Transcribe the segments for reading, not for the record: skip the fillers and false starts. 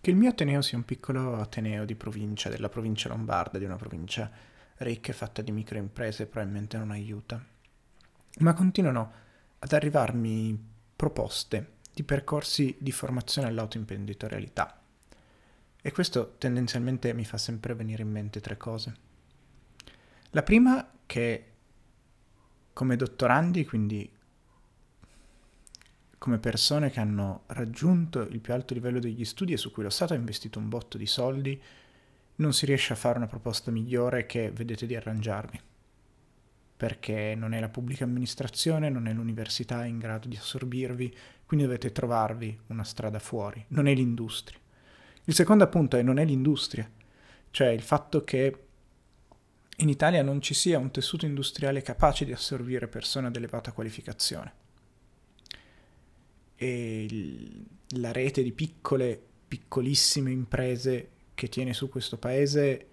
che il mio Ateneo sia un piccolo Ateneo di provincia, della provincia lombarda, di una provincia ricca e fatta di microimprese, probabilmente non aiuta. Ma continuano ad arrivarmi proposte di percorsi di formazione all'autoimprenditorialità. E questo tendenzialmente mi fa sempre venire in mente tre cose. La prima, che come dottorandi, quindi come persone che hanno raggiunto il più alto livello degli studi e su cui lo Stato ha investito un botto di soldi, non si riesce a fare una proposta migliore che vedete di arrangiarvi. Perché non è la pubblica amministrazione, non è l'università in grado di assorbirvi, quindi dovete trovarvi una strada fuori, non è l'industria. Il secondo appunto è non è l'industria, cioè il fatto che in Italia non ci sia un tessuto industriale capace di assorbire persone ad elevata qualificazione. E la rete di piccolissime imprese che tiene su questo paese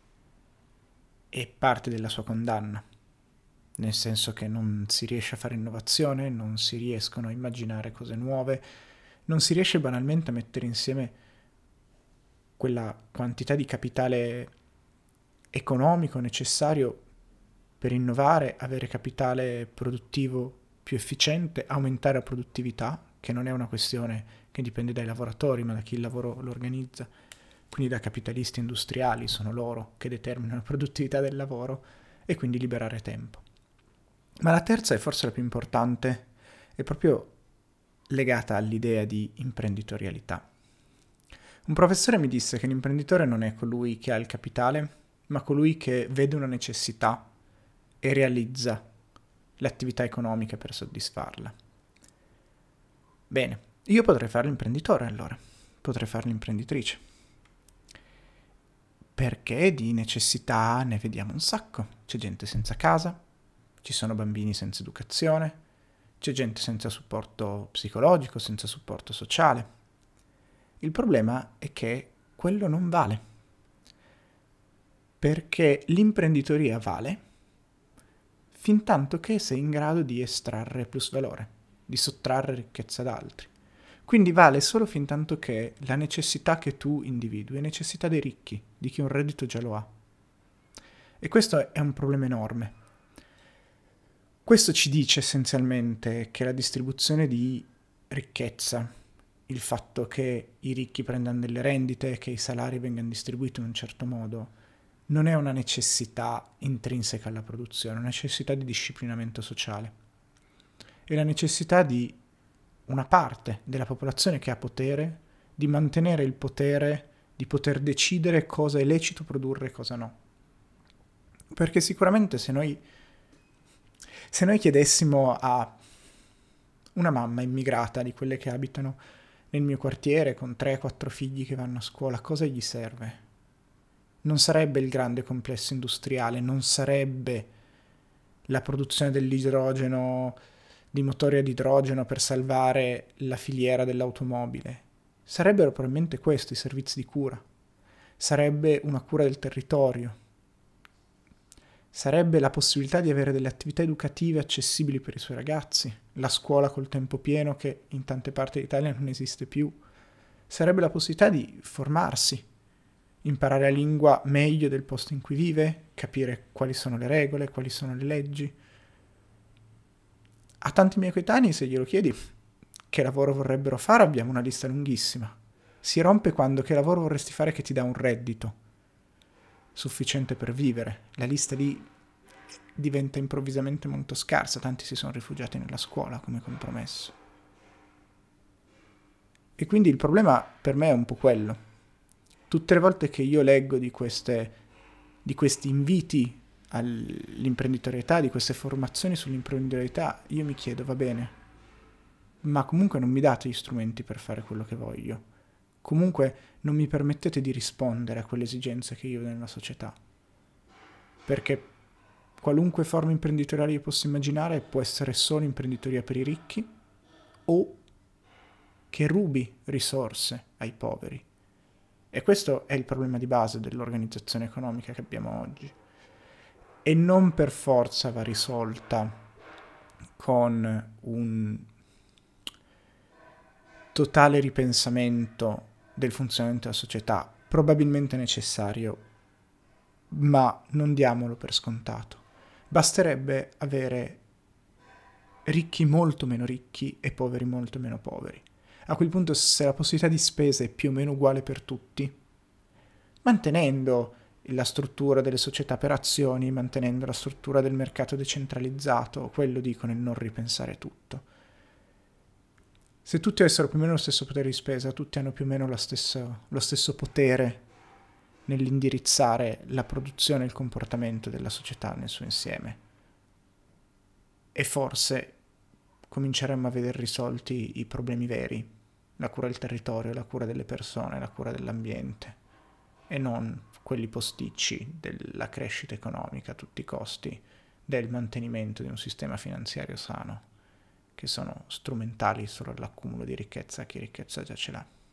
è parte della sua condanna, nel senso che non si riesce a fare innovazione, non si riescono a immaginare cose nuove, non si riesce banalmente a mettere insieme quella quantità di capitale economico necessario per innovare, avere capitale produttivo più efficiente, aumentare la produttività, che non è una questione che dipende dai lavoratori, ma da chi il lavoro lo organizza, quindi da capitalisti industriali, sono loro che determinano la produttività del lavoro, e quindi liberare tempo. Ma la terza, e forse la più importante, è proprio legata all'idea di imprenditorialità. Un professore mi disse che l'imprenditore non è colui che ha il capitale, ma colui che vede una necessità e realizza l'attività economica per soddisfarla. Bene, io potrei fare l'imprenditore allora, potrei fare l'imprenditrice. Perché di necessità ne vediamo un sacco. C'è gente senza casa, ci sono bambini senza educazione, c'è gente senza supporto psicologico, senza supporto sociale. Il problema è che quello non vale, perché l'imprenditoria vale fin tanto che sei in grado di estrarre plusvalore, di sottrarre ricchezza ad altri. Quindi vale solo fin tanto che la necessità che tu individui è necessità dei ricchi, di chi un reddito già lo ha. E questo è un problema enorme. Questo ci dice essenzialmente che la distribuzione di ricchezza, il fatto che i ricchi prendano delle rendite, che i salari vengano distribuiti in un certo modo, non è una necessità intrinseca alla produzione, è una necessità di disciplinamento sociale. È la necessità di una parte della popolazione che ha potere di mantenere il potere di poter decidere cosa è lecito produrre e cosa no. Perché sicuramente se noi chiedessimo a una mamma immigrata di quelle che abitano nel mio quartiere con 3-4 figli che vanno a scuola, cosa gli serve? Non sarebbe il grande complesso industriale, non sarebbe la produzione dell'idrogeno, di motori ad idrogeno per salvare la filiera dell'automobile. Sarebbero probabilmente questi i servizi di cura. Sarebbe una cura del territorio. Sarebbe la possibilità di avere delle attività educative accessibili per i suoi ragazzi, la scuola col tempo pieno che in tante parti d'Italia non esiste più. Sarebbe la possibilità di formarsi, imparare la lingua meglio del posto in cui vive, capire quali sono le regole, quali sono le leggi. A tanti miei coetanei, se glielo chiedi che lavoro vorrebbero fare, abbiamo una lista lunghissima. Si rompe quando che lavoro vorresti fare che ti dà un reddito sufficiente per vivere. La lista lì diventa improvvisamente molto scarsa, tanti si sono rifugiati nella scuola come compromesso. E quindi il problema per me è un po' quello. Tutte le volte che io leggo di questi inviti all'imprenditorialità, di queste formazioni sull'imprenditorialità, io mi chiedo, va bene, ma comunque non mi date gli strumenti per fare quello che voglio. Comunque non mi permettete di rispondere a quelle esigenze che io ho nella società. Perché qualunque forma imprenditoriale io possa immaginare può essere solo imprenditoria per i ricchi o che rubi risorse ai poveri. E questo è il problema di base dell'organizzazione economica che abbiamo oggi. E non per forza va risolta con un totale ripensamento del funzionamento della società, probabilmente necessario, ma non diamolo per scontato. Basterebbe avere ricchi molto meno ricchi e poveri molto meno poveri. A quel punto, se la possibilità di spesa è più o meno uguale per tutti, mantenendo la struttura delle società per azioni, mantenendo la struttura del mercato decentralizzato, quello dico nel non ripensare tutto. Se tutti avessero più o meno lo stesso potere di spesa, tutti hanno più o meno lo stesso potere nell'indirizzare la produzione e il comportamento della società nel suo insieme. E forse cominceremmo a vedere risolti i problemi veri, la cura del territorio, la cura delle persone, la cura dell'ambiente, e non quelli posticci della crescita economica a tutti i costi, del mantenimento di un sistema finanziario sano, che sono strumentali solo all'accumulo di ricchezza a chi ricchezza già ce l'ha.